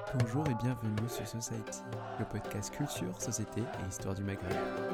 Bonjour et bienvenue sur Society, le podcast culture, société et histoire du Maghreb.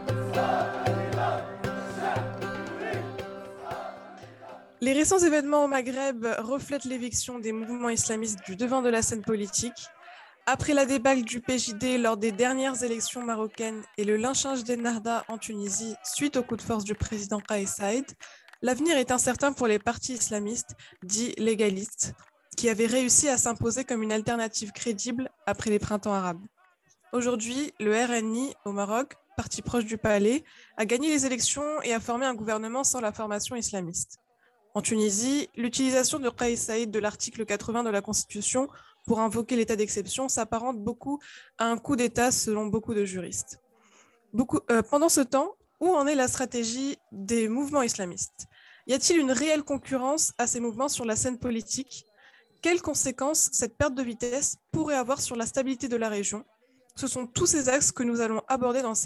Les récents événements au Maghreb reflètent l'éviction des mouvements islamistes du devant de la scène politique. Après la débâcle du PJD lors des dernières élections marocaines et le lynchage d'Ennahda en Tunisie suite au coup de force du président Kais Saïed, l'avenir est incertain pour les partis islamistes, dits légalistes, qui avaient réussi à s'imposer comme une alternative crédible après les printemps arabes. Aujourd'hui, le RNI au Maroc, parti proche du palais, a gagné les élections et a formé un gouvernement sans la formation islamiste. En Tunisie, l'utilisation de Kais Saïed de l'article 80 de la Constitution pour invoquer l'état d'exception s'apparente beaucoup à un coup d'État selon beaucoup de juristes. Pendant ce temps, où en est la stratégie des mouvements islamistes? Y a-t-il une réelle concurrence à ces mouvements sur la scène politique? Quelles conséquences cette perte de vitesse pourrait avoir sur la stabilité de la région? Ce sont tous ces axes que nous allons aborder dans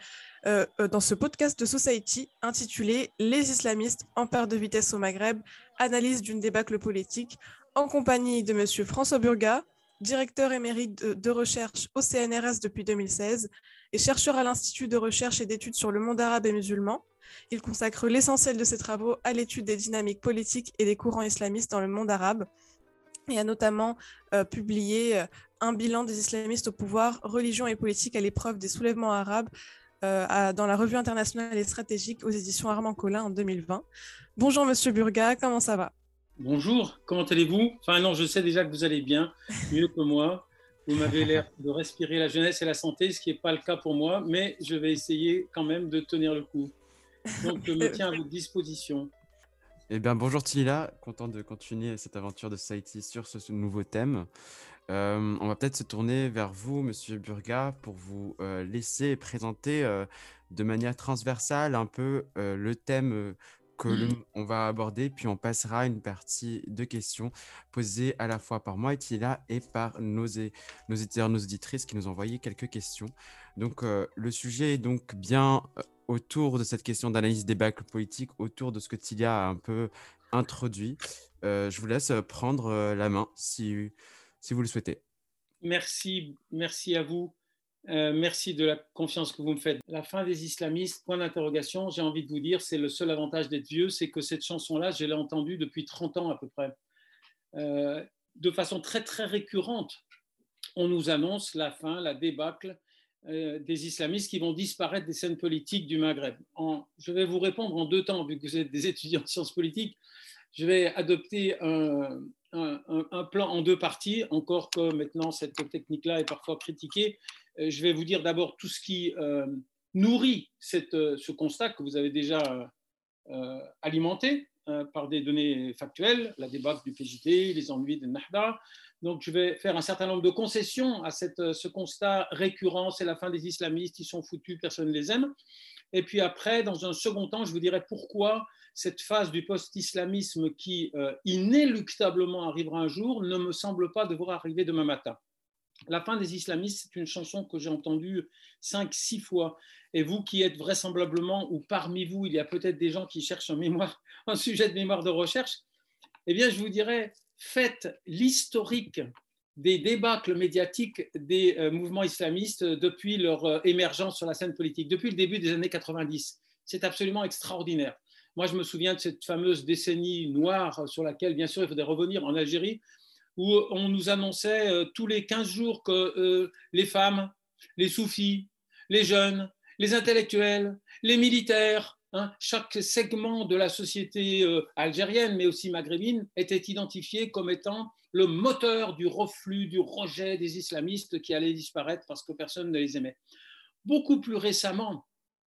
ce podcast de Society intitulé Les islamistes en perte de vitesse au Maghreb, analyse d'une débâcle politique, en compagnie de M. François Burga, directeur émérite de recherche au CNRS depuis 2016 et chercheur à l'Institut de recherche et d'études sur le monde arabe et musulman. Il consacre l'essentiel de ses travaux à l'étude des dynamiques politiques et des courants islamistes dans le monde arabe et a notamment publié un bilan des islamistes au pouvoir, religion et politique à l'épreuve des soulèvements arabes dans la revue internationale et stratégique aux éditions Armand Collin en 2020. Bonjour Monsieur Burga, comment ça va? Bonjour, comment allez-vous? Enfin non, je sais déjà que vous allez bien, mieux que moi. Vous m'avez l'air de respirer la jeunesse et la santé, ce qui n'est pas le cas pour moi, mais je vais essayer quand même de tenir le coup. Donc je me tiens à votre disposition. Eh bien, bonjour Tila, content de continuer cette aventure de Society sur ce nouveau thème. On va peut-être se tourner vers vous, Monsieur Burga, pour vous laisser présenter de manière transversale un peu le thème on va aborder, puis on passera à une partie de questions posées à la fois par moi et Tila et par nos auditeurs, nos auditrices qui nous ont envoyé quelques questions. Donc, le sujet est donc bien autour de cette question d'analyse des débâcle politique, autour de ce que Tila a un peu introduit. Je vous laisse prendre la main si vous le souhaitez. Merci à vous. Merci de la confiance que vous me faites. La fin des islamistes, point d'interrogation, j'ai envie de vous dire, c'est le seul avantage d'être vieux, c'est que cette chanson-là, je l'ai entendue depuis 30 ans à peu près. De façon très très récurrente, on nous annonce la fin, la débâcle des islamistes qui vont disparaître des scènes politiques du Maghreb. Je vais vous répondre en deux temps, vu que vous êtes des étudiants en sciences politiques. Je vais adopter un plan en deux parties, encore que maintenant cette technique-là est parfois critiquée. Je vais vous dire d'abord tout ce qui nourrit ce constat que vous avez déjà alimenté par des données factuelles, la débâcle du PJD, les ennuis de Nahda. Donc je vais faire un certain nombre de concessions à ce constat récurrent, c'est la fin des islamistes, ils sont foutus, personne ne les aime. Et puis après, dans un second temps, je vous dirai pourquoi cette phase du post-islamisme qui inéluctablement arrivera un jour ne me semble pas devoir arriver demain matin. La fin des islamistes, c'est une chanson que j'ai entendue 5-6 fois. Et vous qui êtes vraisemblablement, ou parmi vous, il y a peut-être des gens qui cherchent un sujet de mémoire de recherche, eh bien, je vous dirais, faites l'historique des débâcles médiatiques des mouvements islamistes depuis leur émergence sur la scène politique, depuis le début des années 90. C'est absolument extraordinaire. Moi, je me souviens de cette fameuse décennie noire sur laquelle, bien sûr, il faudrait revenir en Algérie, où on nous annonçait tous les 15 jours que les femmes, les soufis, les jeunes, les intellectuels, les militaires, chaque segment de la société algérienne, mais aussi maghrébine, était identifié comme étant le moteur du reflux, du rejet des islamistes qui allaient disparaître parce que personne ne les aimait. Beaucoup plus récemment,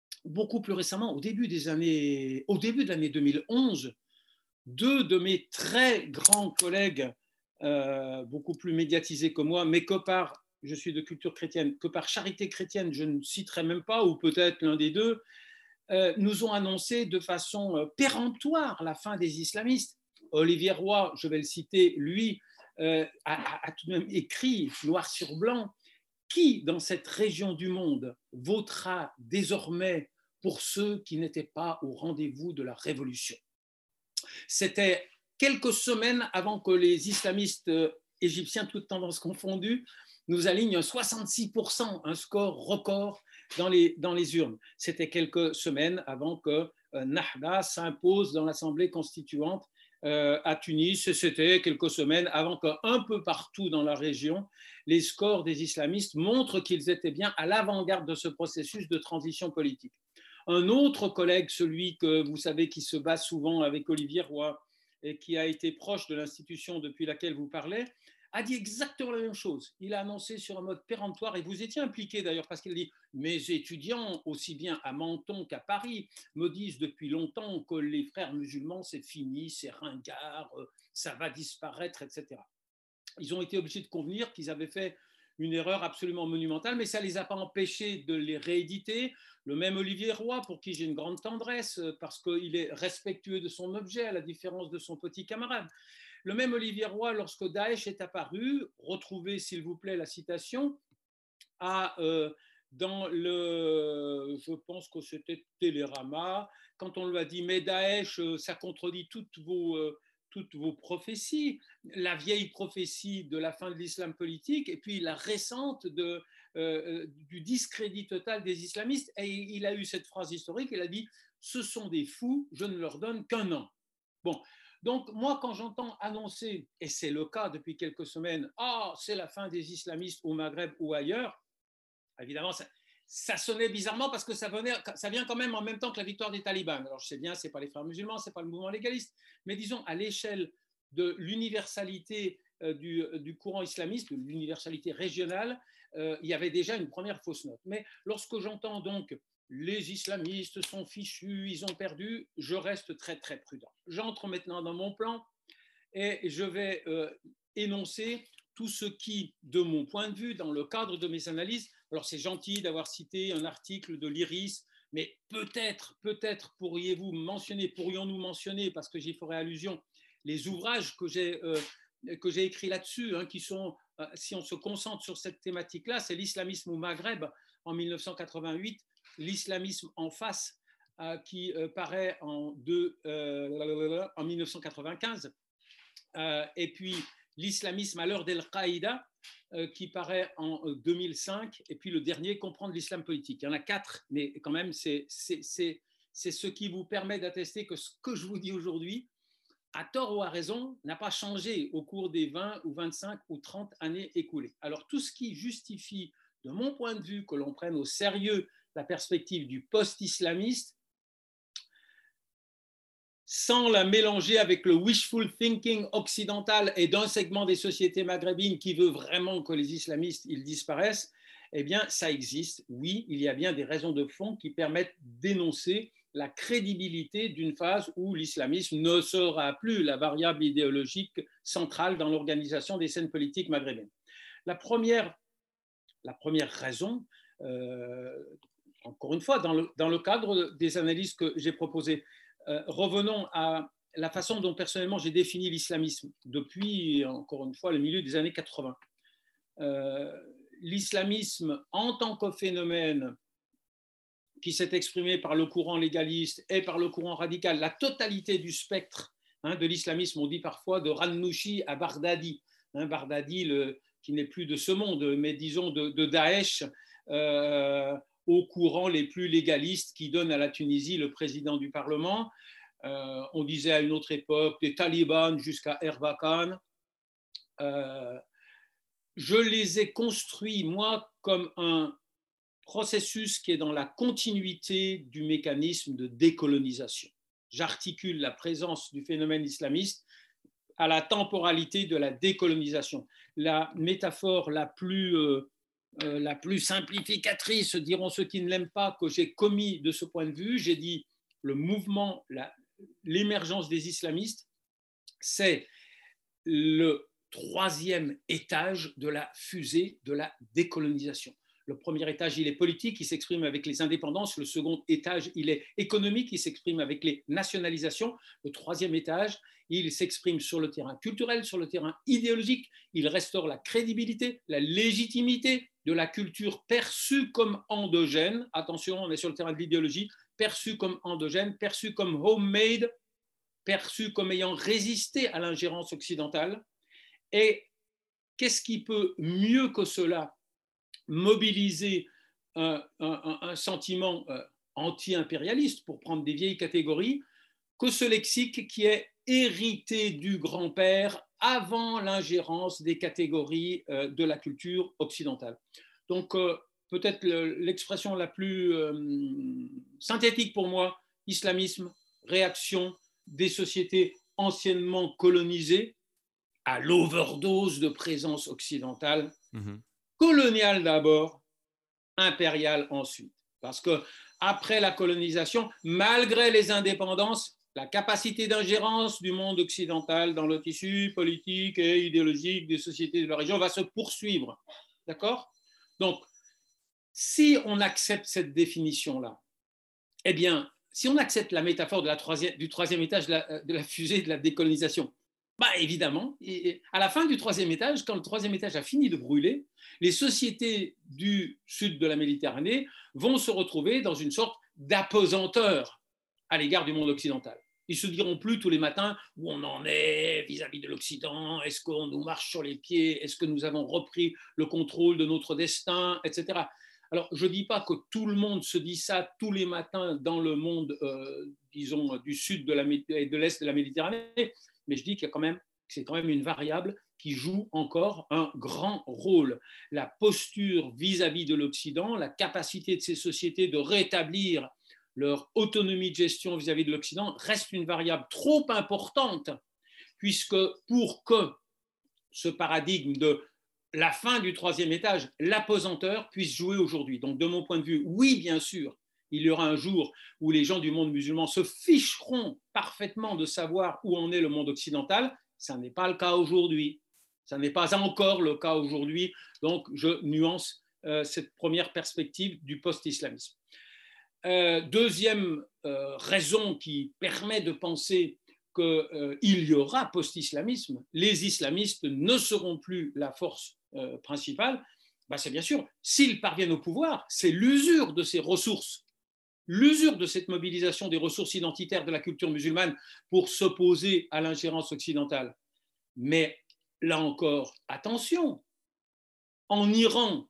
au début de l'année 2011, deux de mes très grands collègues, beaucoup plus médiatisés que moi, mais je suis de culture chrétienne, que par charité chrétienne, je ne citerai même pas, ou peut-être l'un des deux, nous ont annoncé de façon péremptoire la fin des islamistes. Olivier Roy, je vais le citer, lui, a tout de même écrit noir sur blanc: qui dans cette région du monde votera désormais pour ceux qui n'étaient pas au rendez-vous de la révolution? C'était quelques semaines avant que les islamistes égyptiens, toutes tendances confondues, nous aligne 66%, un score record dans les urnes. C'était quelques semaines avant que Nahda s'impose dans l'Assemblée constituante à Tunis. C'était quelques semaines avant qu'un peu partout dans la région, les scores des islamistes montrent qu'ils étaient bien à l'avant-garde de ce processus de transition politique. Un autre collègue, celui que vous savez qui se bat souvent avec Olivier Roy et qui a été proche de l'institution depuis laquelle vous parlez, a dit exactement la même chose. Il a annoncé sur un mode péremptoire, et vous étiez impliqué d'ailleurs, parce qu'il dit « Mes étudiants, aussi bien à Menton qu'à Paris, me disent depuis longtemps que les frères musulmans, c'est fini, c'est ringard, ça va disparaître, etc. » Ils ont été obligés de convenir qu'ils avaient fait une erreur absolument monumentale, mais ça ne les a pas empêchés de les rééditer. Le même Olivier Roy, pour qui j'ai une grande tendresse, parce qu'il est respectueux de son objet, à la différence de son petit camarade. Le même Olivier Roy, lorsque Daesh est apparu, retrouvez s'il vous plaît la citation, dans le, je pense que c'était Télérama, quand on lui a dit « Mais Daesh, ça contredit toutes vos prophéties, la vieille prophétie de la fin de l'islam politique et puis la récente du discrédit total des islamistes. » Et il a eu cette phrase historique, il a dit « Ce sont des fous, je ne leur donne qu'un an. » Bon. Donc, moi, quand j'entends annoncer, et c'est le cas depuis quelques semaines, « Ah, c'est la fin des islamistes au Maghreb ou ailleurs », évidemment, ça sonnait bizarrement parce que ça vient quand même en même temps que la victoire des talibans. Alors, je sais bien, ce n'est pas les frères musulmans, ce n'est pas le mouvement légaliste, mais disons, à l'échelle de l'universalité du courant islamiste, de l'universalité régionale, il y avait déjà une première fausse note. Mais lorsque j'entends donc les islamistes sont fichus, ils ont perdu, je reste très, très prudent. J'entre maintenant dans mon plan et je vais énoncer tout ce qui, de mon point de vue, dans le cadre de mes analyses, alors c'est gentil d'avoir cité un article de l'IRIS, mais peut-être pourrions-nous mentionner, parce que j'y ferai allusion, les ouvrages que j'ai écrits là-dessus, hein, qui sont, si on se concentre sur cette thématique-là, c'est l'islamisme au Maghreb en 1988, l'islamisme en face qui paraît en 1995, et puis l'islamisme à l'heure d'Al-Qaïda qui paraît en 2005, et puis le dernier, comprendre l'islam politique. Il y en a 4, mais quand même, c'est ce qui vous permet d'attester que ce que je vous dis aujourd'hui, à tort ou à raison, n'a pas changé au cours des 20 ou 25 ou 30 années écoulées. Alors, tout ce qui justifie, de mon point de vue, que l'on prenne au sérieux la perspective du post-islamiste, sans la mélanger avec le wishful thinking occidental et d'un segment des sociétés maghrébines qui veut vraiment que les islamistes ils disparaissent, eh bien, ça existe. Oui, il y a bien des raisons de fond qui permettent d'énoncer la crédibilité d'une phase où l'islamisme ne sera plus la variable idéologique centrale dans l'organisation des scènes politiques maghrébines. La première raison, encore une fois, dans le cadre des analyses que j'ai proposées, revenons à la façon dont personnellement j'ai défini l'islamisme depuis, encore une fois, le milieu des années 80. L'islamisme en tant que phénomène qui s'est exprimé par le courant légaliste et par le courant radical, la totalité du spectre de l'islamisme, on dit parfois de Rannouchi à Baghdadi, Baghdadi qui n'est plus de ce monde, mais disons de Daesh, aux courants les plus légalistes qui donnent à la Tunisie le président du Parlement. On disait à une autre époque des talibans jusqu'à Erbakan. Je les ai construits, moi, comme un processus qui est dans la continuité du mécanisme de décolonisation. J'articule la présence du phénomène islamiste à la temporalité de la décolonisation. La métaphore la plus simplificatrice, diront ceux qui ne l'aiment pas, que j'ai commis de ce point de vue, j'ai dit le mouvement, l'émergence des islamistes, c'est le troisième étage de la fusée de la décolonisation. Le premier étage, il est politique, il s'exprime avec les indépendances. Le second étage, il est économique, il s'exprime avec les nationalisations. Le troisième étage, il s'exprime sur le terrain culturel, sur le terrain idéologique. Il restaure la crédibilité, la légitimité de la culture perçue comme endogène. Attention, on est sur le terrain de l'idéologie, perçue comme endogène, perçue comme homemade, perçue comme ayant résisté à l'ingérence occidentale. Et qu'est-ce qui peut mieux que cela mobiliser un sentiment anti-impérialiste, pour prendre des vieilles catégories, que ce lexique qui est hérité du grand-père avant l'ingérence des catégories de la culture occidentale. Donc, peut-être l'expression la plus synthétique pour moi, islamisme, réaction des sociétés anciennement colonisées à l'overdose de présence occidentale, coloniale d'abord, impériale ensuite. Parce que après la colonisation, malgré les indépendances, la capacité d'ingérence du monde occidental dans le tissu politique et idéologique des sociétés de la région va se poursuivre. D'accord ? Donc, si on accepte cette définition-là, eh bien, si on accepte la métaphore du troisième étage de la fusée de la décolonisation, bah évidemment, à la fin du troisième étage, quand le troisième étage a fini de brûler, les sociétés du sud de la Méditerranée vont se retrouver dans une sorte d'apesanteur à l'égard du monde occidental. Ils ne se diront plus tous les matins où on en est vis-à-vis de l'Occident, est-ce qu'on nous marche sur les pieds, est-ce que nous avons repris le contrôle de notre destin, etc. Alors, je ne dis pas que tout le monde se dit ça tous les matins dans le monde, disons, du sud et de l'est de la Méditerranée, mais je dis qu'il y a quand même, c'est quand même une variable qui joue encore un grand rôle. La posture vis-à-vis de l'Occident, la capacité de ces sociétés de rétablir leur autonomie de gestion vis-à-vis de l'Occident reste une variable trop importante, puisque pour que ce paradigme de la fin du troisième étage, l'apesanteur, puisse jouer aujourd'hui. Donc, de mon point de vue, oui, bien sûr, il y aura un jour où les gens du monde musulman se ficheront parfaitement de savoir où en est le monde occidental. Ça n'est pas le cas aujourd'hui. Ça n'est pas encore le cas aujourd'hui. Donc, je nuance cette première perspective du post-islamisme. Deuxième raison qui permet de penser qu'il y aura post-islamisme, les islamistes ne seront plus la force principale, bah c'est bien sûr, s'ils parviennent au pouvoir, c'est l'usure de ces ressources, l'usure de cette mobilisation des ressources identitaires de la culture musulmane pour s'opposer à l'ingérence occidentale. Mais là encore, attention, en Iran,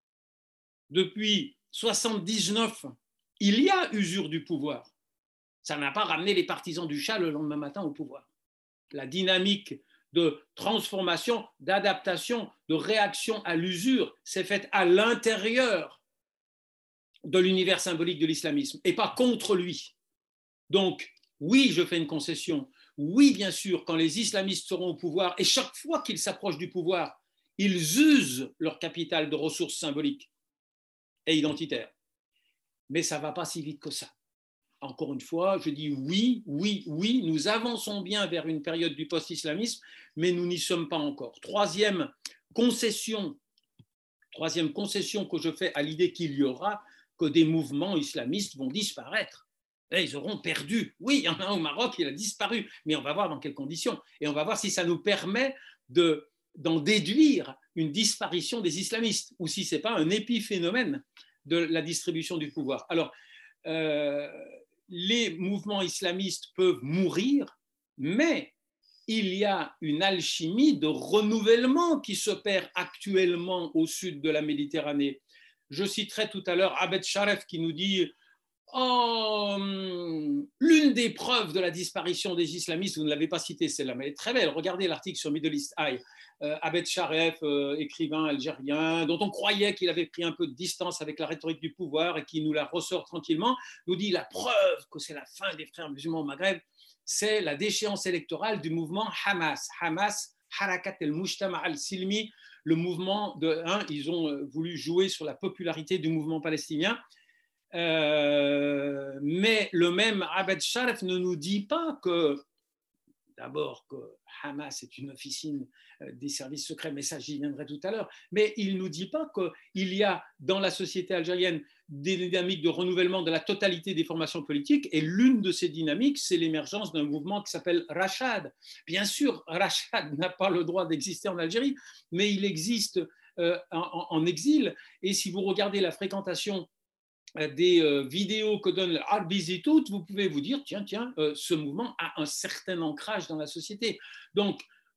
depuis 1979, il y a usure du pouvoir. Ça n'a pas ramené les partisans du Shah le lendemain matin au pouvoir. La dynamique de transformation, d'adaptation, de réaction à l'usure s'est faite à l'intérieur de l'univers symbolique de l'islamisme et pas contre lui. Donc, oui, je fais une concession. Oui, bien sûr, quand les islamistes seront au pouvoir, et chaque fois qu'ils s'approchent du pouvoir, ils usent leur capital de ressources symboliques et identitaires. Mais ça ne va pas si vite que ça. Encore une fois, je dis oui, oui, oui, nous avançons bien vers une période du post-islamisme, mais nous n'y sommes pas encore. Troisième concession que je fais à l'idée qu'il y aura que des mouvements islamistes vont disparaître. Et ils auront perdu. Oui, il y en a un au Maroc, il a disparu, mais on va voir dans quelles conditions. Et on va voir si ça nous permet d'en déduire une disparition des islamistes, ou si ce n'est pas un épiphénomène de la distribution du pouvoir. Alors, les mouvements islamistes peuvent mourir, mais il y a une alchimie de renouvellement qui s'opère actuellement au sud de la Méditerranée. Je citerai tout à l'heure Abed Sharef qui nous dit l'une des preuves de la disparition des islamistes, vous ne l'avez pas citée celle-là, mais elle est très belle, regardez l'article sur Middle East Eye. Abed Sharef, écrivain algérien, dont on croyait qu'il avait pris un peu de distance avec la rhétorique du pouvoir et qui nous la ressort tranquillement, nous dit la preuve que c'est la fin des frères musulmans au Maghreb, c'est la déchéance électorale du mouvement Hamas. Hamas, Harakat el-Mujtama al-Silmi, le mouvement ils ont voulu jouer sur la popularité du mouvement palestinien. Mais le même Abed Sharef ne nous dit pas que, d'abord, que Hamas est une officine des services secrets, mais ça j'y viendrai tout à l'heure, mais il ne nous dit pas qu'il y a dans la société algérienne des dynamiques de renouvellement de la totalité des formations politiques, et l'une de ces dynamiques, c'est l'émergence d'un mouvement qui s'appelle Rachad. Bien sûr, Rachad n'a pas le droit d'exister en Algérie, mais il existe en exil, et si vous regardez la fréquentation des vidéos que donne Arbizitout, vous pouvez vous dire, tiens, ce mouvement a un certain ancrage dans la société. Donc,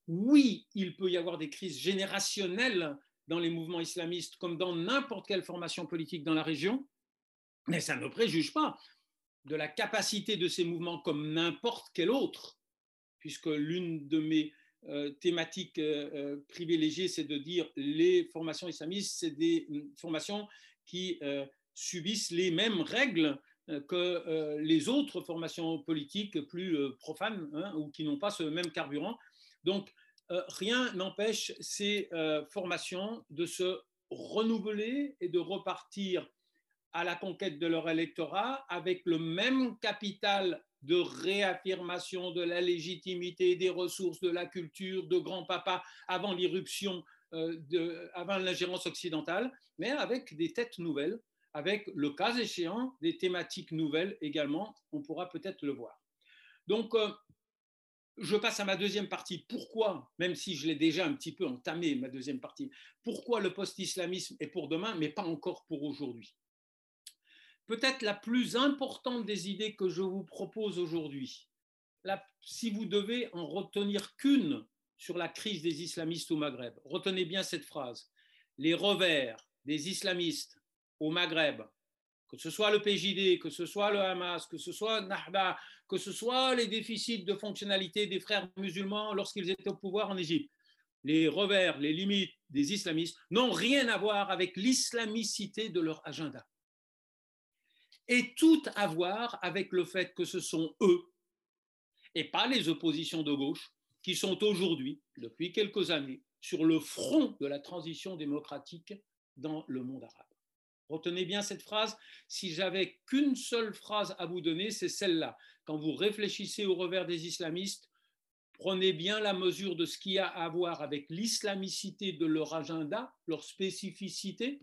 Oui, il peut y avoir des crises générationnelles dans les mouvements islamistes, comme dans n'importe quelle formation politique dans la région, mais ça ne préjuge pas de la capacité de ces mouvements, comme n'importe quel autre, puisque l'une de mes thématiques privilégiées, c'est de dire les formations islamistes, c'est des formations qui subissent les mêmes règles que les autres formations politiques plus profanes, hein, ou qui n'ont pas ce même carburant. Donc, rien n'empêche ces formations de se renouveler et de repartir à la conquête de leur électorat avec le même capital de réaffirmation de la légitimité, des ressources, de la culture, de grand-papa avant l'irruption, avant l'ingérence occidentale, mais avec des têtes nouvelles, avec, le cas échéant, des thématiques nouvelles également. On pourra peut-être le voir. Donc, je passe à ma deuxième partie. Pourquoi, même si je l'ai déjà un petit peu entamé, ma deuxième partie, pourquoi le post-islamisme est pour demain, mais pas encore pour aujourd'hui? Peut-être la plus importante des idées que je vous propose aujourd'hui, si vous devez en retenir qu'une sur la crise des islamistes au Maghreb, retenez bien cette phrase. Les revers des islamistes au Maghreb, que ce soit le PJD, que ce soit le Hamas, que ce soit Nahda, que ce soit les déficits de fonctionnalité des frères musulmans lorsqu'ils étaient au pouvoir en Égypte, les revers, les limites des islamistes n'ont rien à voir avec l'islamicité de leur agenda. Et tout à voir avec le fait que ce sont eux, et pas les oppositions de gauche, qui sont aujourd'hui, depuis quelques années, sur le front de la transition démocratique dans le monde arabe. Retenez bien cette phrase. Si j'avais qu'une seule phrase à vous donner, c'est celle-là. Quand vous réfléchissez au revers des islamistes, prenez bien la mesure de ce qui a à voir avec l'islamicité de leur agenda, leur spécificité,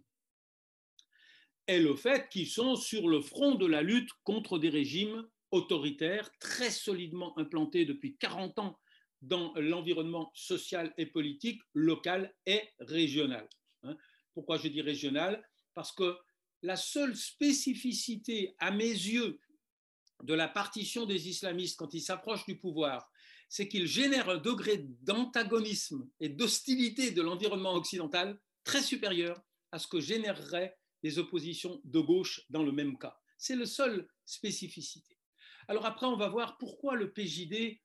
et le fait qu'ils sont sur le front de la lutte contre des régimes autoritaires très solidement implantés depuis 40 ans dans l'environnement social et politique local et régional. Pourquoi je dis régional? Parce que la seule spécificité, à mes yeux, de la partition des islamistes quand ils s'approchent du pouvoir, c'est qu'ils génèrent un degré d'antagonisme et d'hostilité de l'environnement occidental très supérieur à ce que générerait des oppositions de gauche dans le même cas. C'est la seule spécificité. Alors après, on va voir pourquoi le PJD,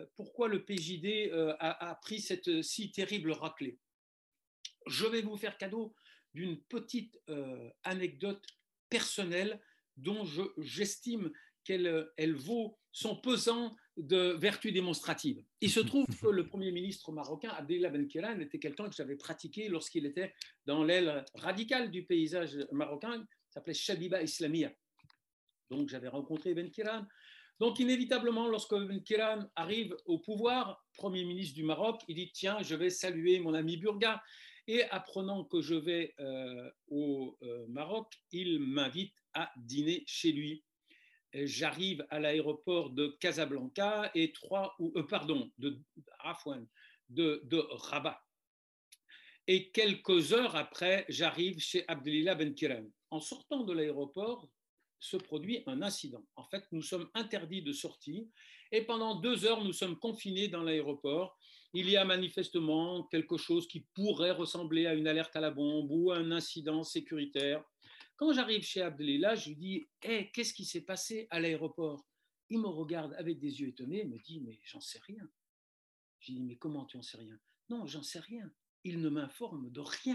a pris cette si terrible raclée. Je vais vous faire cadeau d'une petite anecdote personnelle dont j'estime qu'elle vaut son pesant de vertu démonstrative. Il se trouve que le Premier ministre marocain, Abdellah Ben Kirane, était quelqu'un que j'avais pratiqué lorsqu'il était dans l'aile radicale du paysage marocain, qui s'appelait Shabiba Islamia. Donc j'avais rencontré Ben Kirane. Donc inévitablement, lorsque Ben Kirane arrive au pouvoir, Premier ministre du Maroc, il dit « Tiens, je vais saluer mon ami Burga ». Et apprenant que je vais au Maroc, il m'invite à dîner chez lui. J'arrive à l'aéroport de Casablanca et de Rabat. Et quelques heures après, j'arrive chez Abdelillah Ben Kirane. En sortant de l'aéroport, se produit un incident. En fait, nous sommes interdits de sortie et pendant 2 heures, nous sommes confinés dans l'aéroport. Il y a manifestement quelque chose qui pourrait ressembler à une alerte à la bombe ou à un incident sécuritaire. Quand j'arrive chez Abdelillah, je lui dis « Hey, qu'est-ce qui s'est passé à l'aéroport ?» Il me regarde avec des yeux étonnés et me dit « Mais j'en sais rien. » Je lui dis « Mais comment tu en sais rien ?»« Non, j'en sais rien. Il ne m'informe de rien. »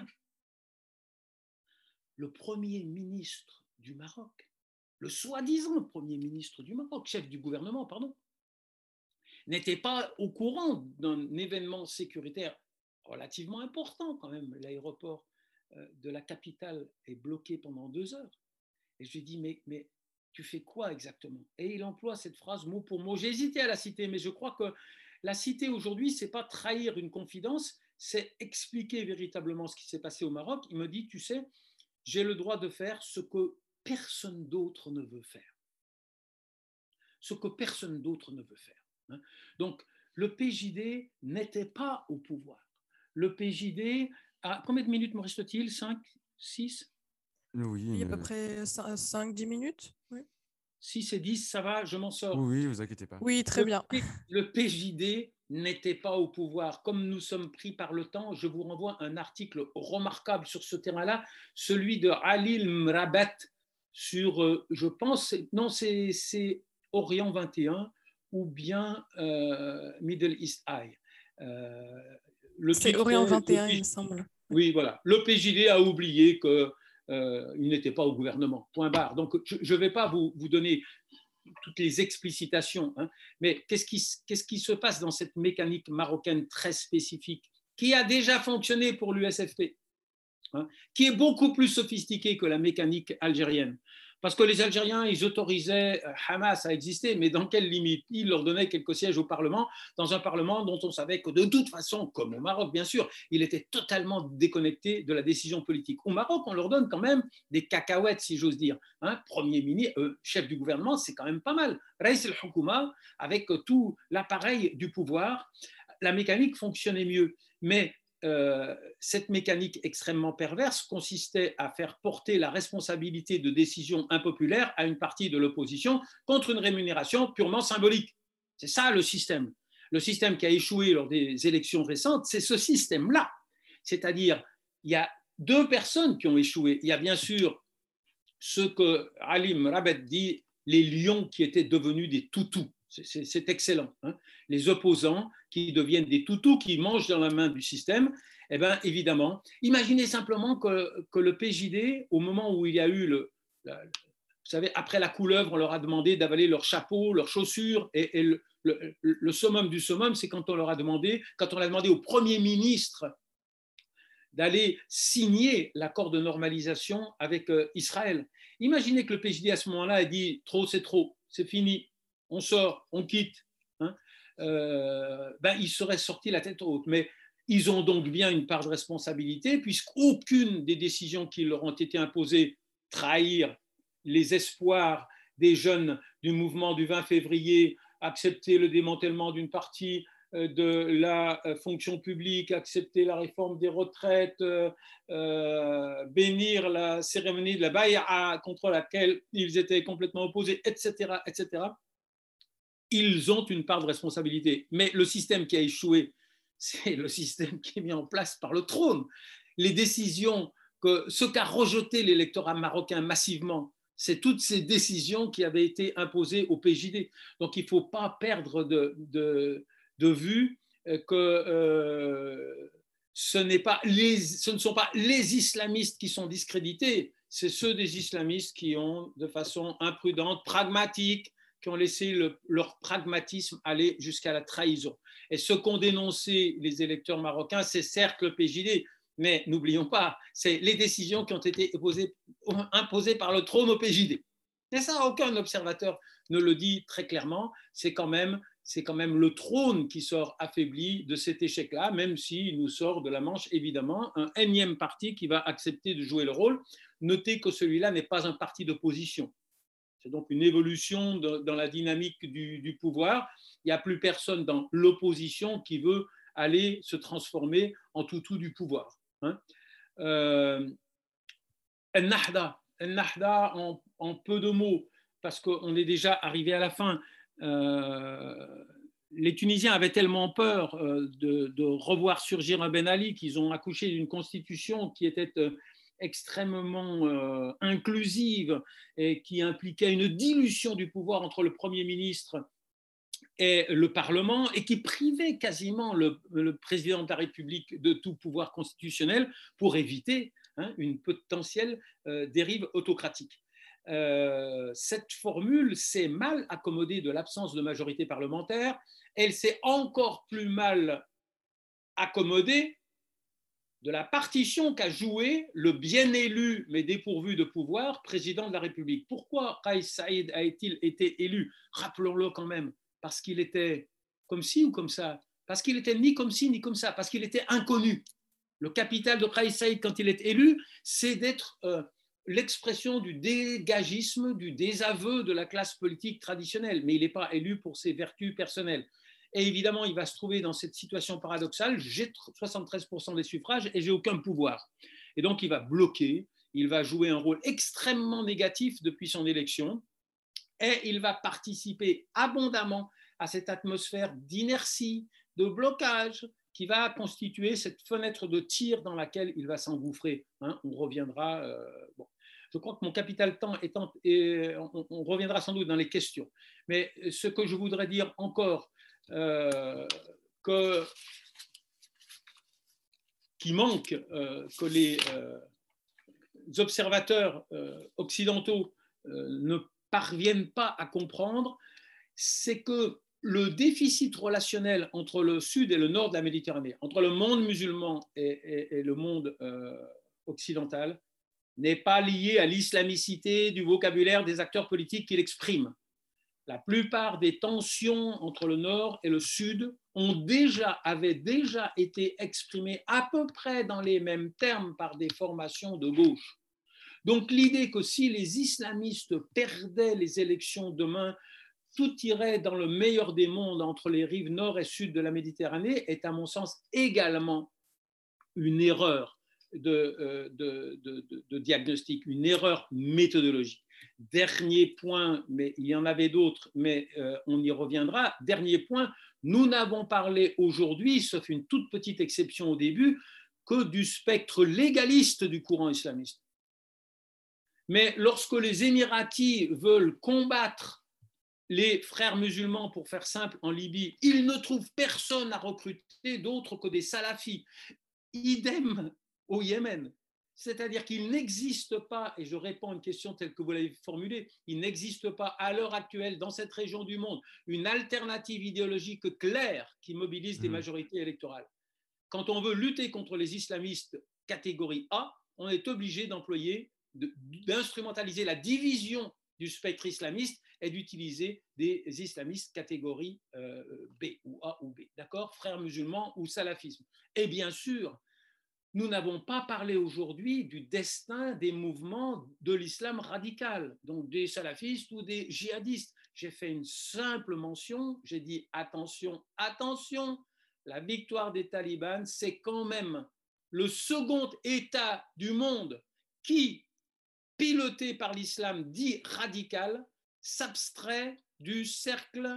Le Premier ministre du Maroc, le soi-disant Premier ministre du Maroc, chef du gouvernement, pardon, n'était pas au courant d'un événement sécuritaire relativement important quand même. L'aéroport de la capitale est bloqué pendant 2 heures. Et je lui dis, mais tu fais quoi exactement? Et il emploie cette phrase mot pour mot. J'ai hésité à la citer, mais je crois que la citer aujourd'hui, ce n'est pas trahir une confidence, c'est expliquer véritablement ce qui s'est passé au Maroc. Il me dit, tu sais, j'ai le droit de faire ce que personne d'autre ne veut faire. Ce que personne d'autre ne veut faire. Donc, le PJD n'était pas au pouvoir. Le PJD, combien de minutes me reste-t-il? 5, 6? Oui, Il y a à peu près 5-10 minutes. Oui. 6 et 10, ça va, je m'en sors. Oui, vous inquiétez pas. Oui, très bien. Le PJD n'était pas au pouvoir. Comme nous sommes pris par le temps, je vous renvoie à un article remarquable sur ce terrain-là, celui de Ali Mrabat sur, je pense, non, c'est Orient 21 ou bien Middle East Eye. C'est Orient 21, il me semble. Oui, voilà. Le PJD a oublié qu'il n'était pas au gouvernement. Point barre. Donc, je ne vais pas vous donner toutes les explicitations, hein, mais qu'est-ce qui se passe dans cette mécanique marocaine très spécifique qui a déjà fonctionné pour l'USFP, hein, qui est beaucoup plus sophistiquée que la mécanique algérienne. Parce que les Algériens, ils autorisaient Hamas à exister, mais dans quelles limites? Ils leur donnaient quelques sièges au Parlement, dans un Parlement dont on savait que de toute façon, comme au Maroc, bien sûr, il était totalement déconnecté de la décision politique. Au Maroc, on leur donne quand même des cacahuètes, si j'ose dire. Hein, Premier ministre, chef du gouvernement, c'est quand même pas mal. Raïs el-Houkouma, avec tout l'appareil du pouvoir, la mécanique fonctionnait mieux. Mais cette mécanique extrêmement perverse consistait à faire porter la responsabilité de décisions impopulaires à une partie de l'opposition contre une rémunération purement symbolique. C'est ça le système. Le système qui a échoué lors des élections récentes, c'est ce système-là. C'est-à-dire, il y a deux personnes qui ont échoué. Il y a bien sûr ce que Ali Mrabat dit, les lions qui étaient devenus des toutous. C'est excellent. Hein. Les opposants qui deviennent des toutous, qui mangent dans la main du système, eh bien, évidemment, imaginez simplement que le PJD, au moment où il y a eu vous savez, après la couleuvre, on leur a demandé d'avaler leurs chapeaux, leurs chaussures, et le summum du summum, c'est quand on a demandé au Premier ministre d'aller signer l'accord de normalisation avec Israël. Imaginez que le PJD à ce moment-là a dit trop, c'est fini, on sort, on quitte. Hein, ils seraient sortis la tête haute. Mais ils ont donc bien une part de responsabilité, puisqu'aucune des décisions qui leur ont été imposées, trahir les espoirs des jeunes du mouvement du 20 février, accepter le démantèlement d'une partie de la fonction publique, accepter la réforme des retraites, bénir la cérémonie de la baïa contre laquelle ils étaient complètement opposés, etc., etc., ils ont une part de responsabilité. Mais le système qui a échoué, c'est le système qui est mis en place par le trône. Les décisions, ce qu'a rejeté l'électorat marocain massivement, c'est toutes ces décisions qui avaient été imposées au PJD. Donc il ne faut pas perdre de vue que ce ne sont pas les islamistes qui sont discrédités, c'est ceux des islamistes qui ont, de façon imprudente, pragmatique, qui ont laissé leur pragmatisme aller jusqu'à la trahison. Et ce qu'ont dénoncé les électeurs marocains, c'est certes le PJD, mais n'oublions pas, c'est les décisions qui ont été imposées par le trône au PJD. Et ça, aucun observateur ne le dit très clairement, c'est quand même le trône qui sort affaibli de cet échec-là, même s'il nous sort de la manche, évidemment, un énième parti qui va accepter de jouer le rôle. Notez que celui-là n'est pas un parti d'opposition. C'est donc une évolution dans la dynamique du pouvoir. Il n'y a plus personne dans l'opposition qui veut aller se transformer en toutou du pouvoir. Hein. El-Nahda en peu de mots, parce qu'on est déjà arrivé à la fin. Les Tunisiens avaient tellement peur de revoir surgir un Ben Ali qu'ils ont accouché d'une constitution qui était extrêmement inclusive et qui impliquait une dilution du pouvoir entre le Premier ministre et le Parlement et qui privait quasiment le président de la République de tout pouvoir constitutionnel pour éviter une potentielle dérive autocratique. Cette formule s'est mal accommodée de l'absence de majorité parlementaire. Elle s'est encore plus mal accommodée de la partition qu'a joué le bien élu, mais dépourvu de pouvoir, président de la République. Pourquoi Kais Saïd a-t-il été élu? Rappelons-le quand même, parce qu'il était comme ci ou comme ça, parce qu'il était ni comme ci ni comme ça, parce qu'il était inconnu. Le capital de Kais Saïd, quand il est élu, c'est d'être l'expression du dégagisme, du désaveu de la classe politique traditionnelle, mais il n'est pas élu pour ses vertus personnelles. Et évidemment, il va se trouver dans cette situation paradoxale, j'ai 73% des suffrages et j'ai aucun pouvoir. Et donc, il va bloquer, il va jouer un rôle extrêmement négatif depuis son élection et il va participer abondamment à cette atmosphère d'inertie, de blocage qui va constituer cette fenêtre de tir dans laquelle il va s'engouffrer. Hein, on reviendra. Bon. Je crois que mon capital temps étant, on reviendra sans doute dans les questions. Mais ce que je voudrais dire encore, qui manque, que les observateurs occidentaux ne parviennent pas à comprendre, c'est que le déficit relationnel entre le sud et le nord de la Méditerranée, entre le monde musulman et le monde occidental, n'est pas lié à l'islamicité du vocabulaire des acteurs politiques qui l'expriment. La plupart des tensions entre le nord et le sud avaient déjà été exprimées à peu près dans les mêmes termes par des formations de gauche. Donc l'idée que si les islamistes perdaient les élections demain, tout irait dans le meilleur des mondes entre les rives nord et sud de la Méditerranée est à mon sens également une erreur de diagnostic, une erreur méthodologique. Dernier point, mais il y en avait d'autres, mais on y reviendra. Dernier point, nous n'avons parlé aujourd'hui, sauf une toute petite exception au début, que du spectre légaliste du courant islamiste. Mais lorsque les Émiratis veulent combattre les frères musulmans, pour faire simple, en Libye, ils ne trouvent personne à recruter d'autre que des salafis. Idem au Yémen. C'est-à-dire qu'il n'existe pas, et je réponds à une question telle que vous l'avez formulée, il n'existe pas à l'heure actuelle dans cette région du monde une alternative idéologique claire qui mobilise des majorités électorales. Quand on veut lutter contre les islamistes catégorie A, on est obligé d'instrumentaliser la division du spectre islamiste et d'utiliser des islamistes catégorie B ou A ou B, d'accord, frères musulmans ou salafisme. Et bien sûr, nous n'avons pas parlé aujourd'hui du destin des mouvements de l'islam radical, donc des salafistes ou des djihadistes. J'ai fait une simple mention, j'ai dit attention, attention, la victoire des talibans, c'est quand même le second État du monde qui, piloté par l'islam dit radical, s'abstrait du cercle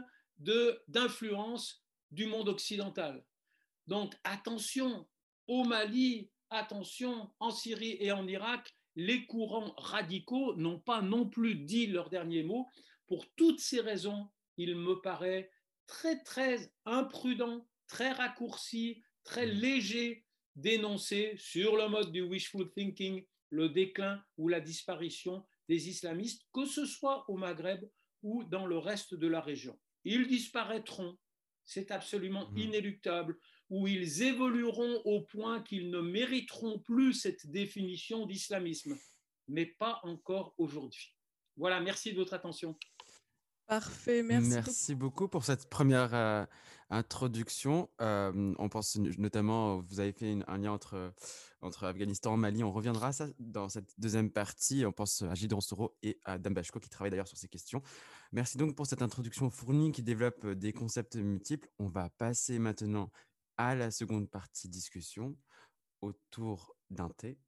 d'influence du monde occidental. Donc attention, au Mali, attention, en Syrie et en Irak, les courants radicaux n'ont pas non plus dit leur dernier mot. Pour toutes ces raisons, il me paraît très, très imprudent, très raccourci, très léger d'énoncer sur le mode du wishful thinking le déclin ou la disparition des islamistes, que ce soit au Maghreb ou dans le reste de la région. Ils disparaîtront, c'est absolument inéluctable, ou ils évolueront au point qu'ils ne mériteront plus cette définition d'islamisme, mais pas encore aujourd'hui. Voilà, merci de votre attention. Parfait, merci beaucoup pour cette première introduction. On pense notamment, vous avez fait un lien entre Afghanistan et Mali. On reviendra à ça dans cette deuxième partie. On pense à Gidon Soro et à Dambashko qui travaillent d'ailleurs sur ces questions. Merci donc pour cette introduction fournie qui développe des concepts multiples. On va passer maintenant à la seconde partie discussion autour d'un thé.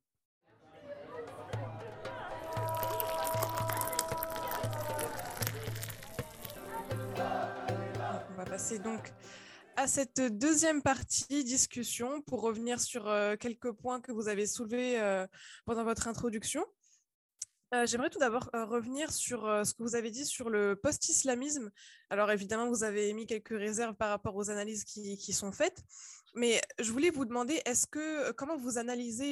On va passer donc à cette deuxième partie discussion pour revenir sur quelques points que vous avez soulevés pendant votre introduction. J'aimerais tout d'abord revenir sur ce que vous avez dit sur le post-islamisme. Alors évidemment, vous avez émis quelques réserves par rapport aux analyses qui sont faites, mais je voulais vous demander, comment vous analysez